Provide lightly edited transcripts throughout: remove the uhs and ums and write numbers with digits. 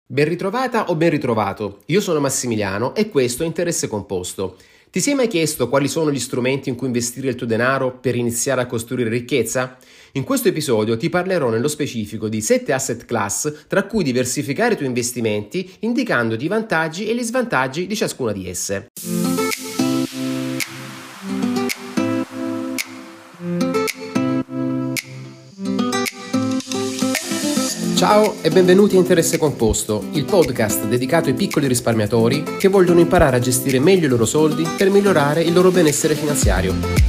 Ben ritrovata o ben ritrovato, io sono Massimiliano e questo è Interesse Composto. Ti sei mai chiesto quali sono gli strumenti in cui investire il tuo denaro per iniziare a costruire ricchezza? In questo episodio ti parlerò nello specifico di 7 asset class tra cui diversificare i tuoi investimenti, indicandoti i vantaggi e gli svantaggi di ciascuna di esse. Ciao e benvenuti a Interesse Composto, il podcast dedicato ai piccoli risparmiatori che vogliono imparare a gestire meglio i loro soldi per migliorare il loro benessere finanziario.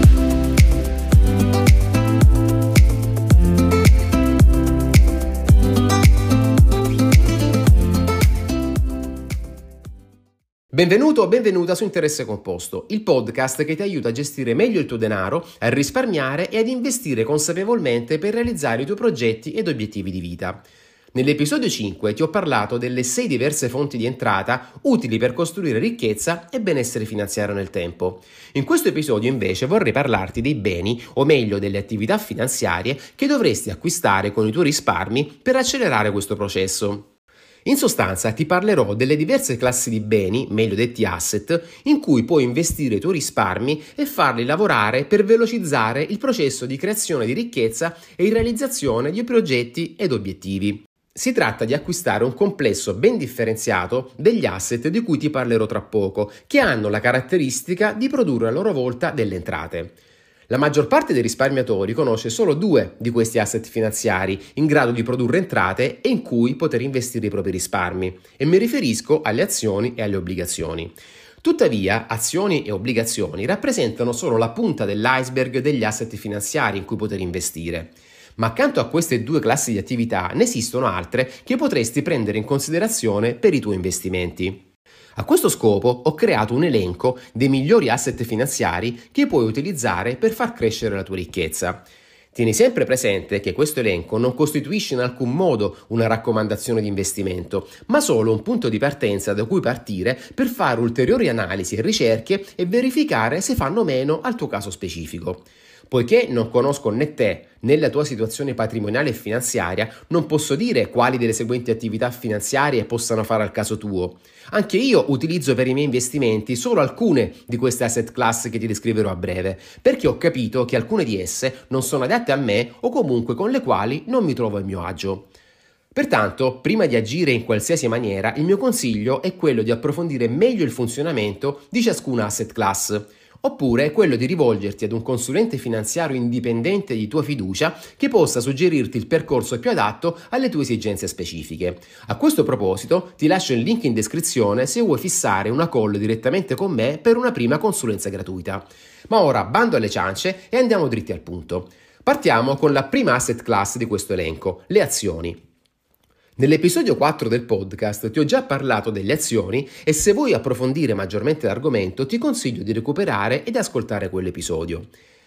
Benvenuto o benvenuta su Interesse Composto, il podcast che ti aiuta a gestire meglio il tuo denaro, a risparmiare e ad investire consapevolmente per realizzare i tuoi progetti ed obiettivi di vita. Nell'episodio 5 ti ho parlato delle 6 diverse fonti di entrata utili per costruire ricchezza e benessere finanziario nel tempo. In questo episodio invece vorrei parlarti dei beni, o meglio delle attività finanziarie che dovresti acquistare con i tuoi risparmi per accelerare questo processo. In sostanza ti parlerò delle diverse classi di beni, meglio detti asset, in cui puoi investire i tuoi risparmi e farli lavorare per velocizzare il processo di creazione di ricchezza e di realizzazione di progetti ed obiettivi. Si tratta di acquistare un complesso ben differenziato degli asset di cui ti parlerò tra poco, che hanno la caratteristica di produrre a loro volta delle entrate. La maggior parte dei risparmiatori conosce solo 2 di questi asset finanziari in grado di produrre entrate e in cui poter investire i propri risparmi, e mi riferisco alle azioni e alle obbligazioni. Tuttavia, azioni e obbligazioni rappresentano solo la punta dell'iceberg degli asset finanziari in cui poter investire. Ma accanto a queste 2 classi di attività ne esistono altre che potresti prendere in considerazione per i tuoi investimenti. A questo scopo ho creato un elenco dei migliori asset finanziari che puoi utilizzare per far crescere la tua ricchezza. Tieni sempre presente che questo elenco non costituisce in alcun modo una raccomandazione di investimento, ma solo un punto di partenza da cui partire per fare ulteriori analisi e ricerche e verificare se fanno meno al tuo caso specifico. Poiché non conosco né te né la tua situazione patrimoniale e finanziaria, non posso dire quali delle seguenti attività finanziarie possano fare al caso tuo. Anche io utilizzo per i miei investimenti solo alcune di queste asset class che ti descriverò a breve, perché ho capito che alcune di esse non sono adatte a me o comunque con le quali non mi trovo a mio agio. Pertanto, prima di agire in qualsiasi maniera, il mio consiglio è quello di approfondire meglio il funzionamento di ciascuna asset class. Oppure quello di rivolgerti ad un consulente finanziario indipendente di tua fiducia che possa suggerirti il percorso più adatto alle tue esigenze specifiche. A questo proposito ti lascio il link in descrizione se vuoi fissare una call direttamente con me per una prima consulenza gratuita. Ma ora bando alle ciance e andiamo dritti al punto. Partiamo con la prima asset class di questo elenco, le azioni. Nell'episodio 4 del podcast ti ho già parlato delle azioni e se vuoi approfondire maggiormente l'argomento ti consiglio di recuperare ed ascoltare quell'episodio.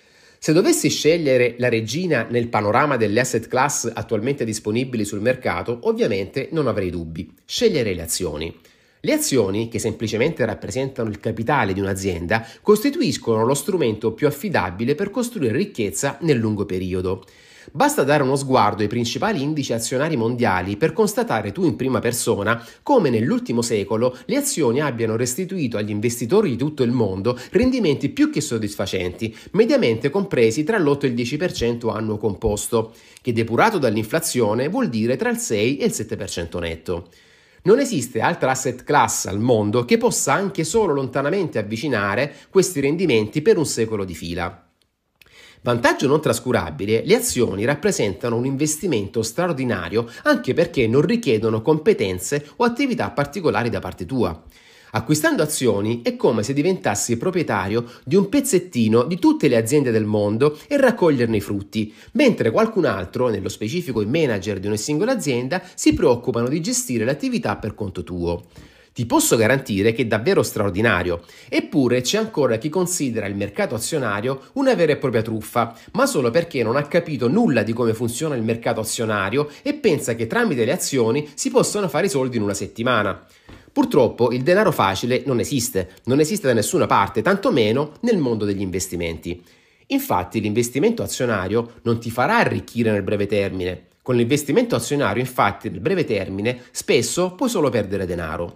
Se dovessi scegliere la regina nel panorama delle asset class attualmente disponibili sul mercato, ovviamente non avrei dubbi, sceglierei le azioni. Le azioni, che semplicemente rappresentano il capitale di un'azienda, costituiscono lo strumento più affidabile per costruire ricchezza nel lungo periodo. Basta dare uno sguardo ai principali indici azionari mondiali per constatare tu in prima persona come nell'ultimo secolo le azioni abbiano restituito agli investitori di tutto il mondo rendimenti più che soddisfacenti, mediamente compresi tra l'8 e il 10% annuo composto, che depurato dall'inflazione vuol dire tra il 6 e il 7% netto. Non esiste altra asset class al mondo che possa anche solo lontanamente avvicinare questi rendimenti per un secolo di fila. Vantaggio non trascurabile, le azioni rappresentano un investimento straordinario anche perché non richiedono competenze o attività particolari da parte tua. Acquistando azioni è come se diventassi proprietario di un pezzettino di tutte le aziende del mondo e raccoglierne i frutti, mentre qualcun altro, nello specifico i manager di una singola azienda, si preoccupano di gestire l'attività per conto tuo. Ti posso garantire che è davvero straordinario, eppure c'è ancora chi considera il mercato azionario una vera e propria truffa, ma solo perché non ha capito nulla di come funziona il mercato azionario e pensa che tramite le azioni si possono fare i soldi in una settimana. Purtroppo il denaro facile non esiste da nessuna parte, tantomeno nel mondo degli investimenti. Infatti l'investimento azionario non ti farà arricchire nel breve termine, Con l'investimento azionario, infatti, nel breve termine, spesso puoi solo perdere denaro.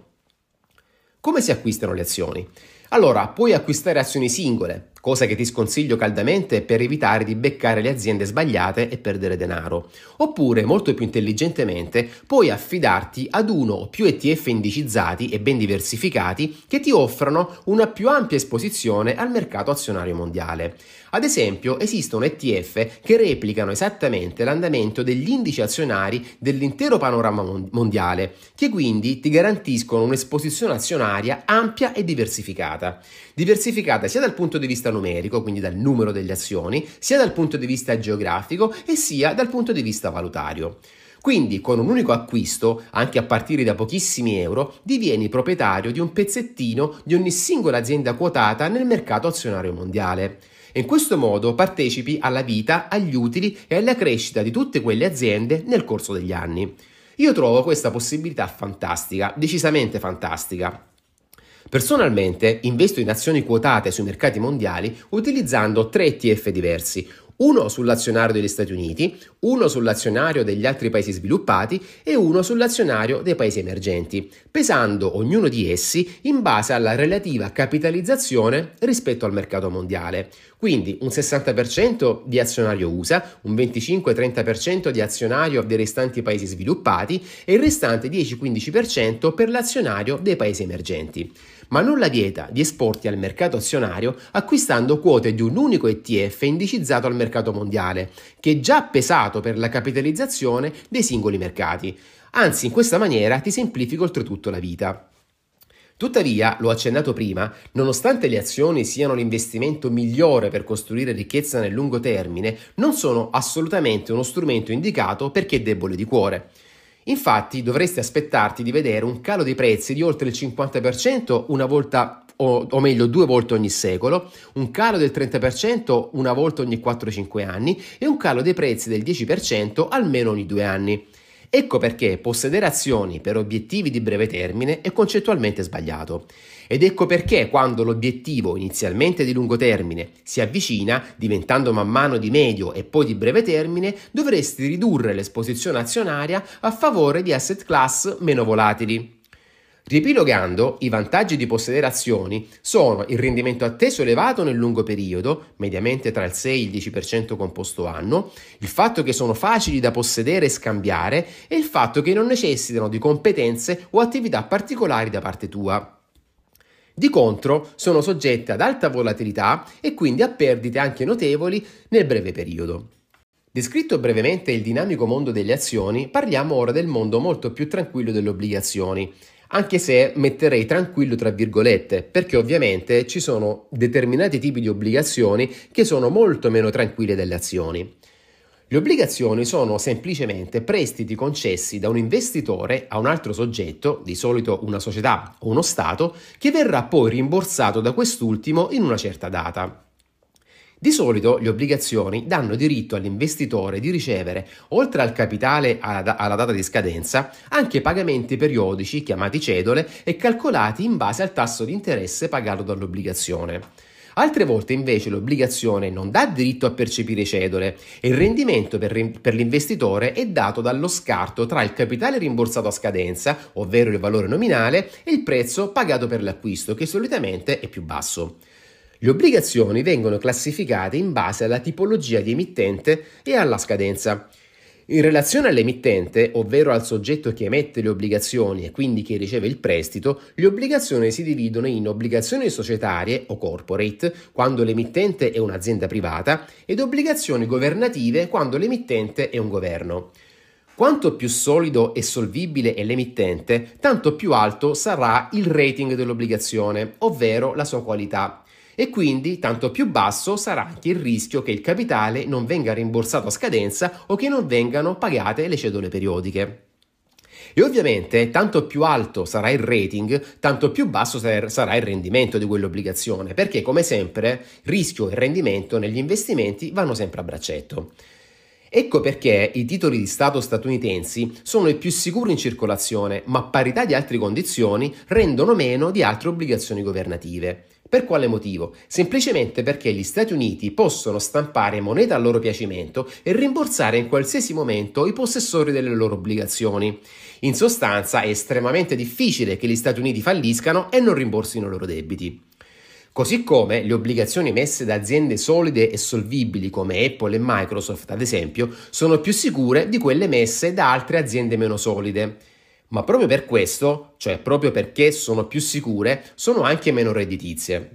Come si acquistano le azioni? Allora, puoi acquistare azioni singole, cosa che ti sconsiglio caldamente per evitare di beccare le aziende sbagliate e perdere denaro. Oppure, molto più intelligentemente, puoi affidarti ad uno o più ETF indicizzati e ben diversificati che ti offrono una più ampia esposizione al mercato azionario mondiale. Ad esempio, esistono ETF che replicano esattamente l'andamento degli indici azionari dell'intero panorama mondiale, che quindi ti garantiscono un'esposizione azionaria ampia e diversificata. Diversificata sia dal punto di vista numerico, quindi dal numero delle azioni, sia dal punto di vista geografico e sia dal punto di vista valutario. Quindi con un unico acquisto, anche a partire da pochissimi euro, divieni proprietario di un pezzettino di ogni singola azienda quotata nel mercato azionario mondiale. E in questo modo partecipi alla vita, agli utili e alla crescita di tutte quelle aziende nel corso degli anni. Io trovo questa possibilità fantastica, decisamente fantastica. Personalmente investo in azioni quotate sui mercati mondiali utilizzando 3 ETF diversi, uno sull'azionario degli Stati Uniti, uno sull'azionario degli altri paesi sviluppati e uno sull'azionario dei paesi emergenti, pesando ognuno di essi in base alla relativa capitalizzazione rispetto al mercato mondiale. Quindi un 60% di azionario USA, un 25-30% di azionario dei restanti paesi sviluppati e il restante 10-15% per l'azionario dei paesi emergenti. Ma nulla vieta di esporti al mercato azionario acquistando quote di un unico ETF indicizzato al mercato mondiale, che è già pesato per la capitalizzazione dei singoli mercati. Anzi, in questa maniera ti semplifico oltretutto la vita. Tuttavia, l'ho accennato prima, nonostante le azioni siano l'investimento migliore per costruire ricchezza nel lungo termine, non sono assolutamente uno strumento indicato per chi è debole di cuore. Infatti dovresti aspettarti di vedere un calo dei prezzi di oltre il 50% una volta, o meglio 2 volte ogni secolo, un calo del 30% una volta ogni 4-5 anni e un calo dei prezzi del 10% almeno ogni 2 anni. Ecco perché possedere azioni per obiettivi di breve termine è concettualmente sbagliato. Ed ecco perché quando l'obiettivo inizialmente di lungo termine si avvicina, diventando man mano di medio e poi di breve termine, dovresti ridurre l'esposizione azionaria a favore di asset class meno volatili. Riepilogando, i vantaggi di possedere azioni sono il rendimento atteso elevato nel lungo periodo, mediamente tra il 6 e il 10% composto annuo, il fatto che sono facili da possedere e scambiare e il fatto che non necessitano di competenze o attività particolari da parte tua. Di contro, sono soggette ad alta volatilità e quindi a perdite anche notevoli nel breve periodo. Descritto brevemente il dinamico mondo delle azioni, parliamo ora del mondo molto più tranquillo delle obbligazioni. Anche se metterei tranquillo tra virgolette, perché ovviamente ci sono determinati tipi di obbligazioni che sono molto meno tranquille delle azioni. Le obbligazioni sono semplicemente prestiti concessi da un investitore a un altro soggetto, di solito una società o uno Stato, che verrà poi rimborsato da quest'ultimo in una certa data. Di solito le obbligazioni danno diritto all'investitore di ricevere, oltre al capitale alla data di scadenza, anche pagamenti periodici chiamati cedole e calcolati in base al tasso di interesse pagato dall'obbligazione. Altre volte invece l'obbligazione non dà diritto a percepire cedole e il rendimento per l'investitore è dato dallo scarto tra il capitale rimborsato a scadenza, ovvero il valore nominale, e il prezzo pagato per l'acquisto, che solitamente è più basso. Le obbligazioni vengono classificate in base alla tipologia di emittente e alla scadenza. In relazione all'emittente, ovvero al soggetto che emette le obbligazioni e quindi che riceve il prestito, le obbligazioni si dividono in obbligazioni societarie o corporate, quando l'emittente è un'azienda privata, ed obbligazioni governative quando l'emittente è un governo. Quanto più solido e solvibile è l'emittente, tanto più alto sarà il rating dell'obbligazione, ovvero la sua qualità. E quindi tanto più basso sarà anche il rischio che il capitale non venga rimborsato a scadenza o che non vengano pagate le cedole periodiche. E ovviamente tanto più alto sarà il rating, tanto più basso sarà il rendimento di quell'obbligazione, perché come sempre rischio e rendimento negli investimenti vanno sempre a braccetto. Ecco perché i titoli di Stato statunitensi sono i più sicuri in circolazione, ma a parità di altre condizioni rendono meno di altre obbligazioni governative. Per quale motivo? Semplicemente perché gli Stati Uniti possono stampare moneta a loro piacimento e rimborsare in qualsiasi momento i possessori delle loro obbligazioni. In sostanza è estremamente difficile che gli Stati Uniti falliscano e non rimborsino i loro debiti. Così come le obbligazioni emesse da aziende solide e solvibili come Apple e Microsoft, ad esempio, sono più sicure di quelle emesse da altre aziende meno solide. Ma proprio per questo, cioè proprio perché sono più sicure, sono anche meno redditizie.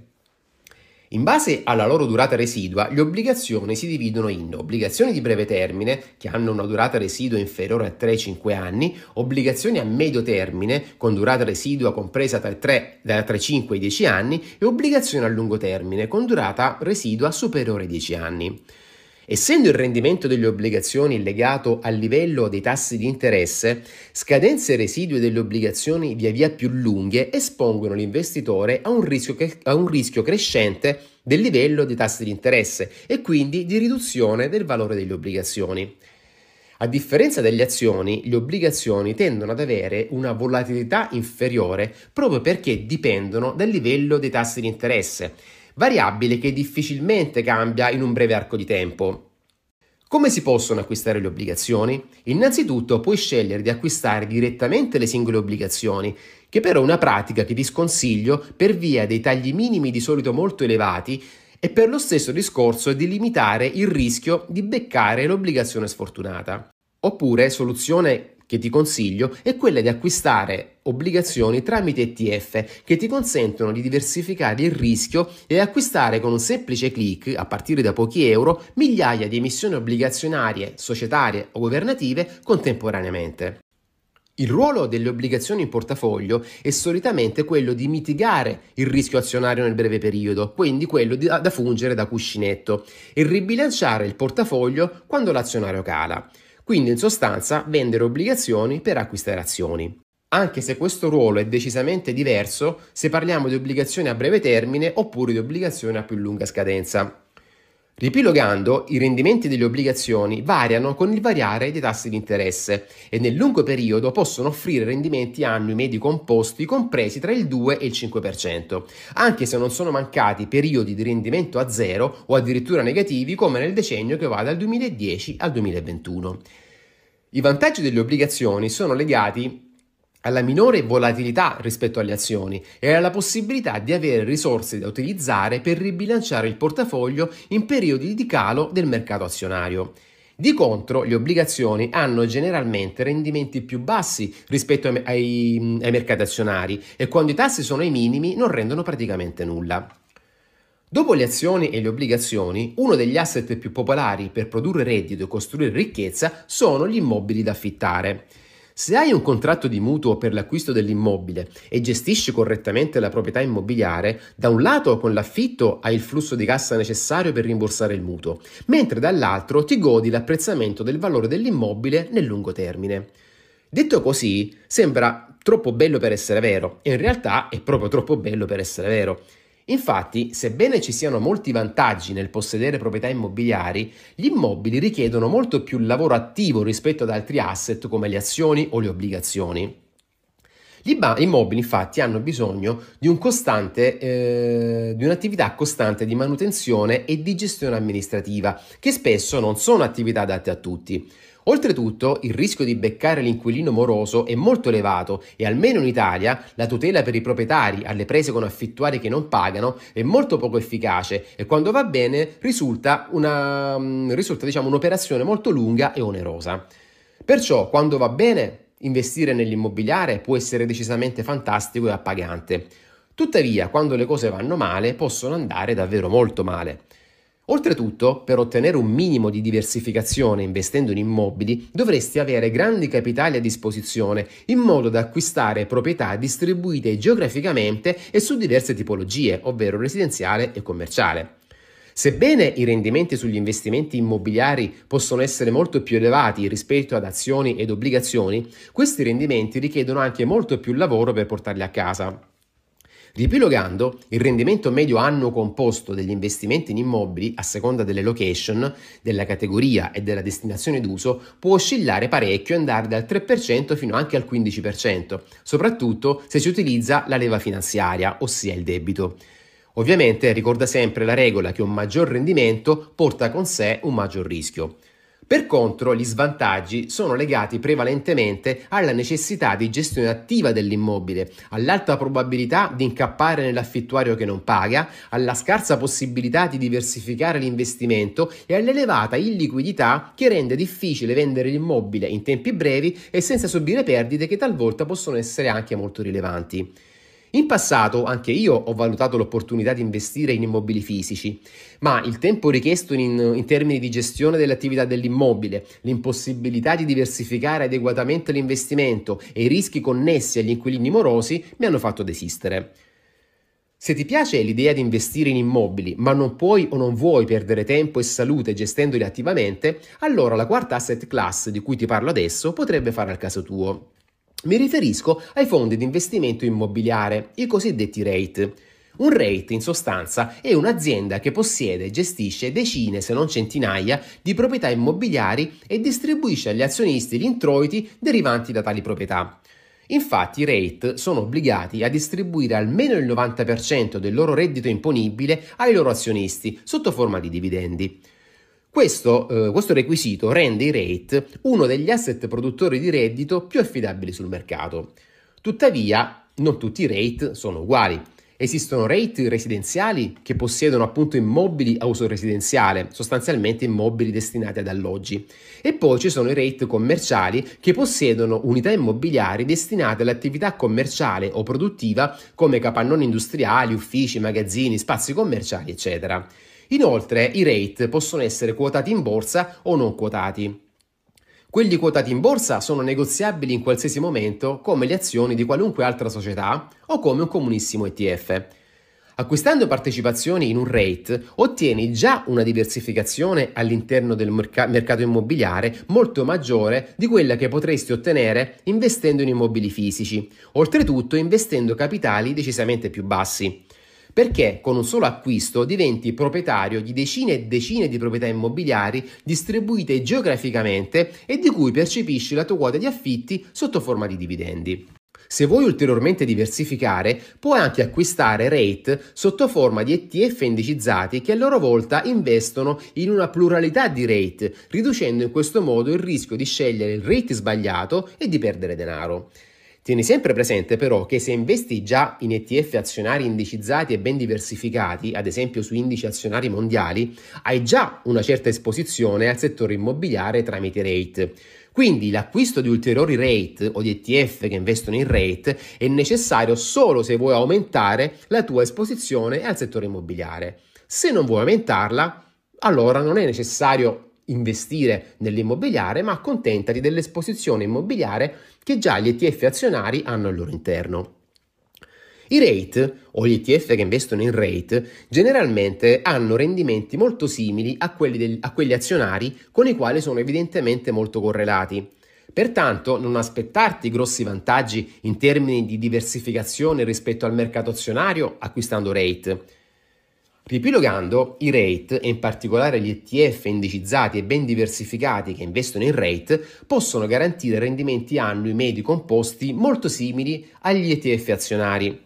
In base alla loro durata residua, le obbligazioni si dividono in obbligazioni di breve termine, che hanno una durata residua inferiore a 3-5 anni, obbligazioni a medio termine, con durata residua compresa tra 5 e i 10 anni, e obbligazioni a lungo termine, con durata residua superiore ai 10 anni. Essendo il rendimento delle obbligazioni legato al livello dei tassi di interesse, scadenze residue delle obbligazioni via via più lunghe espongono l'investitore a un rischio crescente del livello dei tassi di interesse e quindi di riduzione del valore delle obbligazioni. A differenza delle azioni, le obbligazioni tendono ad avere una volatilità inferiore proprio perché dipendono dal livello dei tassi di interesse, variabile che difficilmente cambia in un breve arco di tempo. Come si possono acquistare le obbligazioni? Innanzitutto puoi scegliere di acquistare direttamente le singole obbligazioni, che però è una pratica che ti sconsiglio per via dei tagli minimi di solito molto elevati e per lo stesso discorso di limitare il rischio di beccare l'obbligazione sfortunata. Oppure, soluzione che ti consiglio è quella di acquistare obbligazioni tramite ETF che ti consentono di diversificare il rischio e acquistare con un semplice click, a partire da pochi euro, migliaia di emissioni obbligazionarie, societarie o governative contemporaneamente. Il ruolo delle obbligazioni in portafoglio è solitamente quello di mitigare il rischio azionario nel breve periodo, quindi quello da fungere da cuscinetto, e ribilanciare il portafoglio quando l'azionario cala. Quindi in sostanza vendere obbligazioni per acquistare azioni. Anche se questo ruolo è decisamente diverso se parliamo di obbligazioni a breve termine oppure di obbligazioni a più lunga scadenza. Ripilogando, i rendimenti delle obbligazioni variano con il variare dei tassi di interesse e nel lungo periodo possono offrire rendimenti annui medi composti compresi tra il 2 e il 5%, anche se non sono mancati periodi di rendimento a zero o addirittura negativi come nel decennio che va dal 2010 al 2021. I vantaggi delle obbligazioni sono legati alla minore volatilità rispetto alle azioni e alla possibilità di avere risorse da utilizzare per ribilanciare il portafoglio in periodi di calo del mercato azionario. Di contro, le obbligazioni hanno generalmente rendimenti più bassi rispetto ai mercati azionari e quando i tassi sono ai minimi non rendono praticamente nulla. Dopo le azioni e le obbligazioni, uno degli asset più popolari per produrre reddito e costruire ricchezza sono gli immobili da affittare. Se hai un contratto di mutuo per l'acquisto dell'immobile e gestisci correttamente la proprietà immobiliare, da un lato con l'affitto hai il flusso di cassa necessario per rimborsare il mutuo, mentre dall'altro ti godi l'apprezzamento del valore dell'immobile nel lungo termine. Detto così, sembra troppo bello per essere vero, e in realtà è proprio troppo bello per essere vero. Infatti, sebbene ci siano molti vantaggi nel possedere proprietà immobiliari, gli immobili richiedono molto più lavoro attivo rispetto ad altri asset come le azioni o le obbligazioni. Gli immobili infatti hanno bisogno di un'attività costante di manutenzione e di gestione amministrativa, che spesso non sono attività adatte a tutti. Oltretutto, il rischio di beccare l'inquilino moroso è molto elevato e almeno in Italia la tutela per i proprietari alle prese con affittuari che non pagano è molto poco efficace e quando va bene risulta un'operazione molto lunga e onerosa. Perciò, quando va bene, investire nell'immobiliare può essere decisamente fantastico e appagante. Tuttavia, quando le cose vanno male, possono andare davvero molto male. Oltretutto, per ottenere un minimo di diversificazione investendo in immobili, dovresti avere grandi capitali a disposizione in modo da acquistare proprietà distribuite geograficamente e su diverse tipologie, ovvero residenziale e commerciale. Sebbene i rendimenti sugli investimenti immobiliari possono essere molto più elevati rispetto ad azioni ed obbligazioni, questi rendimenti richiedono anche molto più lavoro per portarli a casa. Ripilogando, il rendimento medio annuo composto degli investimenti in immobili, a seconda delle location, della categoria e della destinazione d'uso, può oscillare parecchio e andare dal 3% fino anche al 15%, soprattutto se si utilizza la leva finanziaria, ossia il debito. Ovviamente ricorda sempre la regola che un maggior rendimento porta con sé un maggior rischio. Per contro, gli svantaggi sono legati prevalentemente alla necessità di gestione attiva dell'immobile, all'alta probabilità di incappare nell'affittuario che non paga, alla scarsa possibilità di diversificare l'investimento e all'elevata illiquidità che rende difficile vendere l'immobile in tempi brevi e senza subire perdite che talvolta possono essere anche molto rilevanti. In passato anche io ho valutato l'opportunità di investire in immobili fisici, ma il tempo richiesto in termini di gestione dell'attività dell'immobile, l'impossibilità di diversificare adeguatamente l'investimento e i rischi connessi agli inquilini morosi mi hanno fatto desistere. Se ti piace l'idea di investire in immobili, ma non puoi o non vuoi perdere tempo e salute gestendoli attivamente, allora la quarta asset class di cui ti parlo adesso potrebbe fare al caso tuo. Mi riferisco ai fondi di investimento immobiliare, i cosiddetti REIT. Un REIT, in sostanza, è un'azienda che possiede e gestisce decine, se non centinaia, di proprietà immobiliari e distribuisce agli azionisti gli introiti derivanti da tali proprietà. Infatti i REIT sono obbligati a distribuire almeno il 90% del loro reddito imponibile ai loro azionisti sotto forma di dividendi. Questo requisito rende i REIT uno degli asset produttori di reddito più affidabili sul mercato. Tuttavia, non tutti i REIT sono uguali. Esistono REIT residenziali che possiedono appunto immobili a uso residenziale, sostanzialmente immobili destinati ad alloggi. E poi ci sono i REIT commerciali che possiedono unità immobiliari destinate all'attività commerciale o produttiva come capannoni industriali, uffici, magazzini, spazi commerciali, eccetera. Inoltre, i REIT possono essere quotati in borsa o non quotati. Quelli quotati in borsa sono negoziabili in qualsiasi momento come le azioni di qualunque altra società o come un comunissimo ETF. Acquistando partecipazioni in un REIT ottieni già una diversificazione all'interno del mercato immobiliare molto maggiore di quella che potresti ottenere investendo in immobili fisici, oltretutto investendo capitali decisamente più bassi. Perché con un solo acquisto diventi proprietario di decine e decine di proprietà immobiliari distribuite geograficamente e di cui percepisci la tua quota di affitti sotto forma di dividendi. Se vuoi ulteriormente diversificare, puoi anche acquistare REIT sotto forma di ETF indicizzati che a loro volta investono in una pluralità di REIT, riducendo in questo modo il rischio di scegliere il REIT sbagliato e di perdere denaro. Tieni sempre presente però che se investi già in ETF azionari indicizzati e ben diversificati, ad esempio su indici azionari mondiali, hai già una certa esposizione al settore immobiliare tramite REIT. Quindi l'acquisto di ulteriori REIT o di ETF che investono in REIT è necessario solo se vuoi aumentare la tua esposizione al settore immobiliare. Se non vuoi aumentarla, allora non è necessario investire nell'immobiliare, ma accontentati dell'esposizione immobiliare che già gli ETF azionari hanno al loro interno. I REIT, o gli ETF che investono in REIT, generalmente hanno rendimenti molto simili a quelli azionari, con i quali sono evidentemente molto correlati. Pertanto non aspettarti grossi vantaggi in termini di diversificazione rispetto al mercato azionario acquistando REIT. Ripilogando, i REIT, e in particolare gli ETF indicizzati e ben diversificati che investono in REIT, possono garantire rendimenti annui medi composti molto simili agli ETF azionari.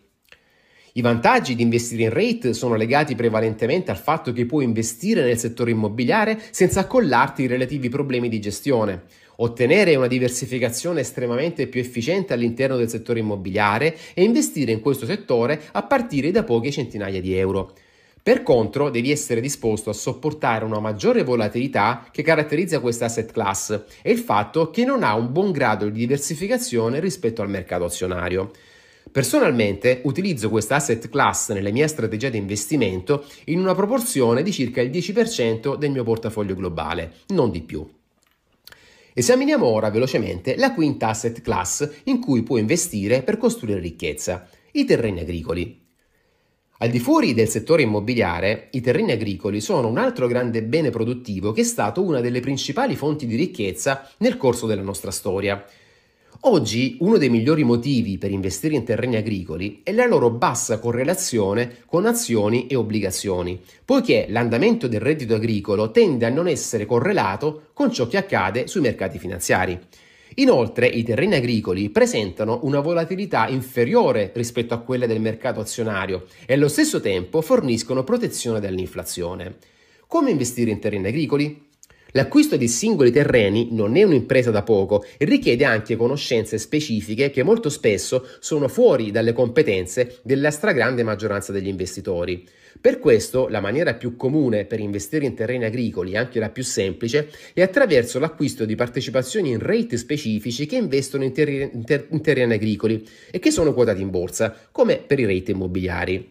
I vantaggi di investire in REIT sono legati prevalentemente al fatto che puoi investire nel settore immobiliare senza accollarti i relativi problemi di gestione, ottenere una diversificazione estremamente più efficiente all'interno del settore immobiliare e investire in questo settore a partire da poche centinaia di euro. Per contro, devi essere disposto a sopportare una maggiore volatilità che caratterizza questa asset class e il fatto che non ha un buon grado di diversificazione rispetto al mercato azionario. Personalmente utilizzo questa asset class nella mia strategia di investimento in una proporzione di circa il 10% del mio portafoglio globale, non di più. Esaminiamo ora velocemente la quinta asset class in cui puoi investire per costruire ricchezza, i terreni agricoli. Al di fuori del settore immobiliare, i terreni agricoli sono un altro grande bene produttivo che è stato una delle principali fonti di ricchezza nel corso della nostra storia. Oggi uno dei migliori motivi per investire in terreni agricoli è la loro bassa correlazione con azioni e obbligazioni, poiché l'andamento del reddito agricolo tende a non essere correlato con ciò che accade sui mercati finanziari. Inoltre, i terreni agricoli presentano una volatilità inferiore rispetto a quella del mercato azionario e allo stesso tempo forniscono protezione dall'inflazione. Come investire in terreni agricoli? L'acquisto di singoli terreni non è un'impresa da poco e richiede anche conoscenze specifiche che molto spesso sono fuori dalle competenze della stragrande maggioranza degli investitori. Per questo la maniera più comune per investire in terreni agricoli, anche la più semplice, è attraverso l'acquisto di partecipazioni in rate specifici che investono in terreni agricoli e che sono quotati in borsa, come per i rate immobiliari.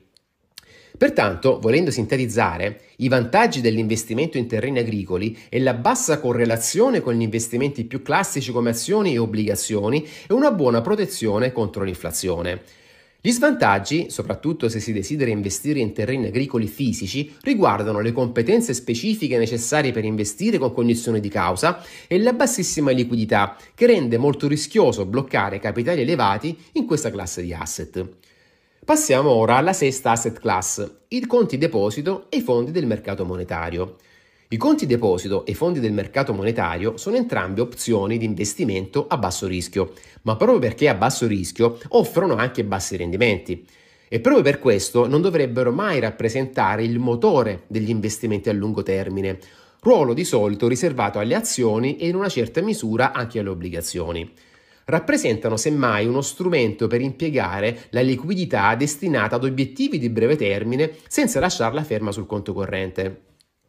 Pertanto, volendo sintetizzare, i vantaggi dell'investimento in terreni agricoli e la bassa correlazione con gli investimenti più classici come azioni e obbligazioni e una buona protezione contro l'inflazione. Gli svantaggi, soprattutto se si desidera investire in terreni agricoli fisici, riguardano le competenze specifiche necessarie per investire con cognizione di causa e la bassissima liquidità, che rende molto rischioso bloccare capitali elevati in questa classe di asset. Passiamo ora alla sesta asset class, i conti deposito e i fondi del mercato monetario. I conti deposito e i fondi del mercato monetario sono entrambe opzioni di investimento a basso rischio, ma proprio perché a basso rischio offrono anche bassi rendimenti. E proprio per questo non dovrebbero mai rappresentare il motore degli investimenti a lungo termine, ruolo di solito riservato alle azioni e in una certa misura anche alle obbligazioni. Rappresentano semmai uno strumento per impiegare la liquidità destinata ad obiettivi di breve termine senza lasciarla ferma sul conto corrente.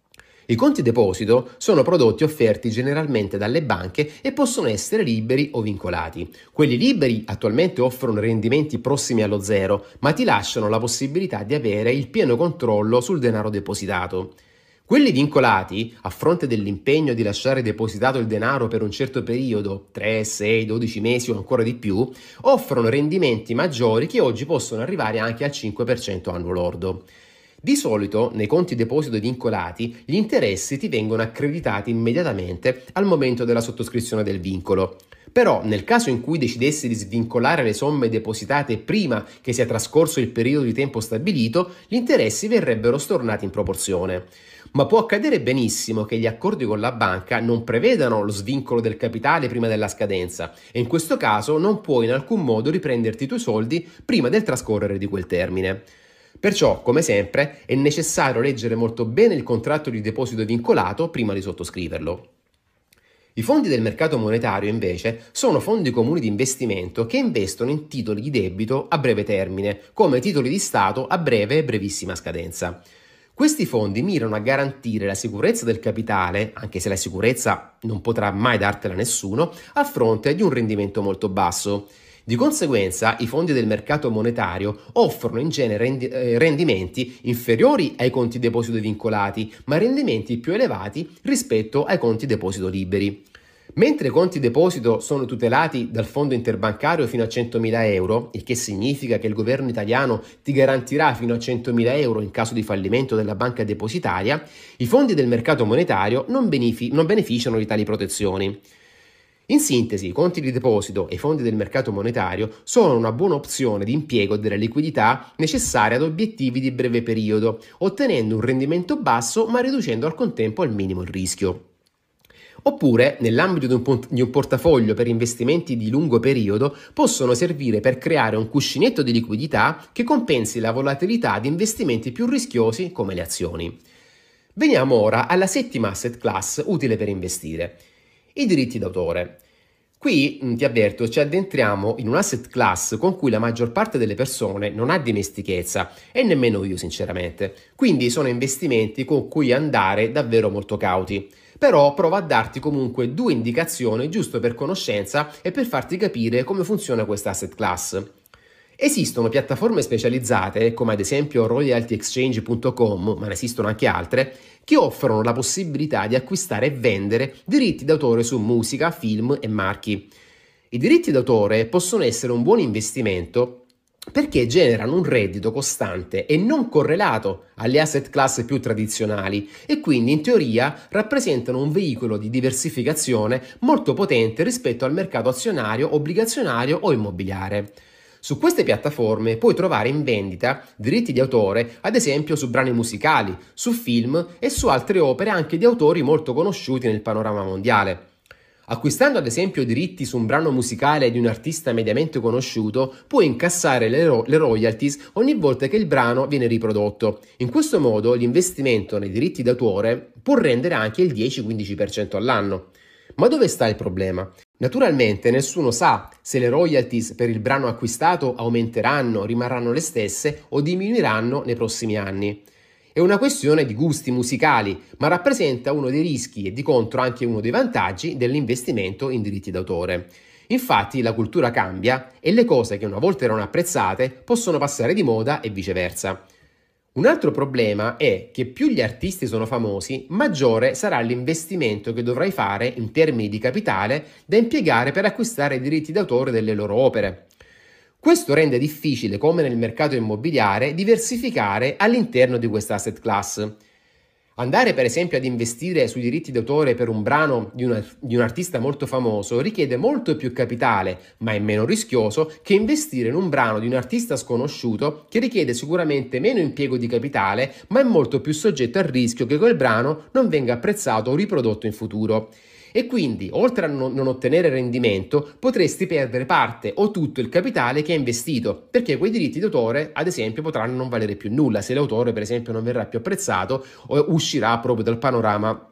I conti deposito sono prodotti offerti generalmente dalle banche e possono essere liberi o vincolati. Quelli liberi attualmente offrono rendimenti prossimi allo zero, ma ti lasciano la possibilità di avere il pieno controllo sul denaro depositato. Quelli vincolati, a fronte dell'impegno di lasciare depositato il denaro per un certo periodo, 3, 6, 12 mesi o ancora di più, offrono rendimenti maggiori che oggi possono arrivare anche al 5% annuo lordo. Di solito, nei conti deposito vincolati, gli interessi ti vengono accreditati immediatamente al momento della sottoscrizione del vincolo. Però, nel caso in cui decidessi di svincolare le somme depositate prima che sia trascorso il periodo di tempo stabilito, gli interessi verrebbero stornati in proporzione. Ma può accadere benissimo che gli accordi con la banca non prevedano lo svincolo del capitale prima della scadenza e in questo caso non puoi in alcun modo riprenderti i tuoi soldi prima del trascorrere di quel termine. Perciò, come sempre, è necessario leggere molto bene il contratto di deposito vincolato prima di sottoscriverlo. I fondi del mercato monetario, invece, sono fondi comuni di investimento che investono in titoli di debito a breve termine, come titoli di Stato a breve e brevissima scadenza. Questi fondi mirano a garantire la sicurezza del capitale, anche se la sicurezza non potrà mai dartela nessuno, a fronte di un rendimento molto basso. Di conseguenza, i fondi del mercato monetario offrono in genere rendimenti inferiori ai conti deposito vincolati, ma rendimenti più elevati rispetto ai conti deposito liberi. Mentre i conti deposito sono tutelati dal fondo interbancario fino a 100.000 euro, il che significa che il governo italiano ti garantirà fino a 100.000 euro in caso di fallimento della banca depositaria, i fondi del mercato monetario non beneficiano di tali protezioni. In sintesi, i conti di deposito e i fondi del mercato monetario sono una buona opzione di impiego della liquidità necessaria ad obiettivi di breve periodo, ottenendo un rendimento basso ma riducendo al contempo al minimo il rischio. Oppure, nell'ambito di un portafoglio per investimenti di lungo periodo, possono servire per creare un cuscinetto di liquidità che compensi la volatilità di investimenti più rischiosi come le azioni. Veniamo ora alla settima asset class utile per investire: i diritti d'autore. Qui, ti avverto, ci addentriamo in un asset class con cui la maggior parte delle persone non ha dimestichezza e nemmeno io sinceramente, quindi sono investimenti con cui andare davvero molto cauti. Però provo a darti comunque due indicazioni giusto per conoscenza e per farti capire come funziona questa asset class. Esistono piattaforme specializzate, come ad esempio royaltyexchange.com, ma ne esistono anche altre, che offrono la possibilità di acquistare e vendere diritti d'autore su musica, film e marchi. I diritti d'autore possono essere un buon investimento perché generano un reddito costante e non correlato alle asset class più tradizionali e quindi in teoria rappresentano un veicolo di diversificazione molto potente rispetto al mercato azionario, obbligazionario o immobiliare. Su queste piattaforme puoi trovare in vendita diritti di autore, ad esempio su brani musicali, su film e su altre opere anche di autori molto conosciuti nel panorama mondiale. Acquistando ad esempio diritti su un brano musicale di un artista mediamente conosciuto, puoi incassare le royalties ogni volta che il brano viene riprodotto. In questo modo l'investimento nei diritti d'autore può rendere anche il 10-15% all'anno. Ma dove sta il problema? Naturalmente nessuno sa se le royalties per il brano acquistato aumenteranno, rimarranno le stesse o diminuiranno nei prossimi anni. È una questione di gusti musicali, ma rappresenta uno dei rischi e di contro anche uno dei vantaggi dell'investimento in diritti d'autore. Infatti la cultura cambia e le cose che una volta erano apprezzate possono passare di moda e viceversa. Un altro problema è che più gli artisti sono famosi, maggiore sarà l'investimento che dovrai fare in termini di capitale da impiegare per acquistare i diritti d'autore delle loro opere. Questo rende difficile, come nel mercato immobiliare, diversificare all'interno di questa asset class. Andare per esempio ad investire sui diritti d'autore per un brano di un artista molto famoso richiede molto più capitale, ma è meno rischioso che investire in un brano di un artista sconosciuto che richiede sicuramente meno impiego di capitale, ma è molto più soggetto al rischio che quel brano non venga apprezzato o riprodotto in futuro. E quindi, oltre a non ottenere rendimento, potresti perdere parte o tutto il capitale che hai investito, perché quei diritti d'autore, ad esempio, potranno non valere più nulla se l'autore, per esempio, non verrà più apprezzato o uscirà proprio dal panorama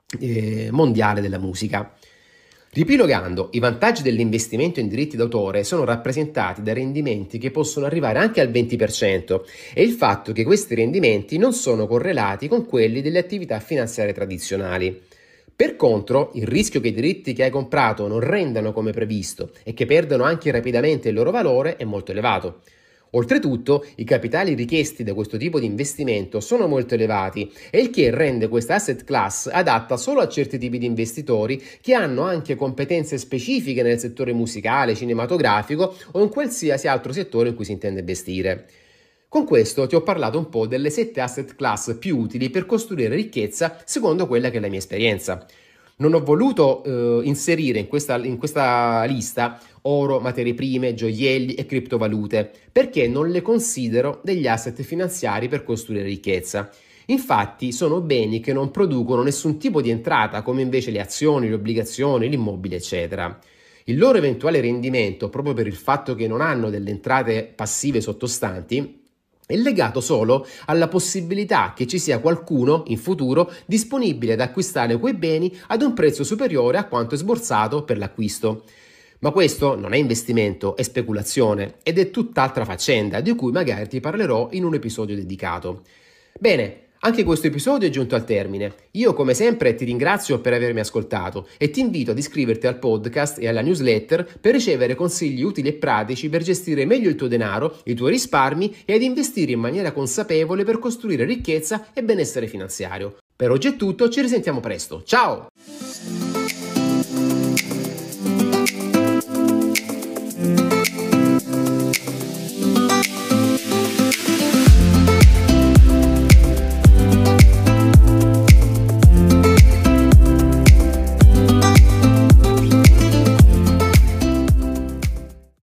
mondiale della musica. Ripilogando, i vantaggi dell'investimento in diritti d'autore sono rappresentati da rendimenti che possono arrivare anche al 20% e il fatto che questi rendimenti non sono correlati con quelli delle attività finanziarie tradizionali. Per contro, il rischio che i diritti che hai comprato non rendano come previsto e che perdano anche rapidamente il loro valore è molto elevato. Oltretutto, i capitali richiesti da questo tipo di investimento sono molto elevati e il che rende questa asset class adatta solo a certi tipi di investitori che hanno anche competenze specifiche nel settore musicale, cinematografico o in qualsiasi altro settore in cui si intende investire. Con questo ti ho parlato un po' delle 7 asset class più utili per costruire ricchezza secondo quella che è la mia esperienza. Non ho voluto inserire in questa lista oro, materie prime, gioielli e criptovalute perché non le considero degli asset finanziari per costruire ricchezza. Infatti sono beni che non producono nessun tipo di entrata come invece le azioni, le obbligazioni, l'immobile eccetera. Il loro eventuale rendimento, proprio per il fatto che non hanno delle entrate passive sottostanti, è legato solo alla possibilità che ci sia qualcuno in futuro disponibile ad acquistare quei beni ad un prezzo superiore a quanto è sborsato per l'acquisto. Ma questo non è investimento, è speculazione ed è tutt'altra faccenda di cui magari ti parlerò in un episodio dedicato. Bene, anche questo episodio è giunto al termine. Io come sempre ti ringrazio per avermi ascoltato e ti invito ad iscriverti al podcast e alla newsletter per ricevere consigli utili e pratici per gestire meglio il tuo denaro, i tuoi risparmi e ad investire in maniera consapevole per costruire ricchezza e benessere finanziario. Per oggi è tutto, ci risentiamo presto. Ciao!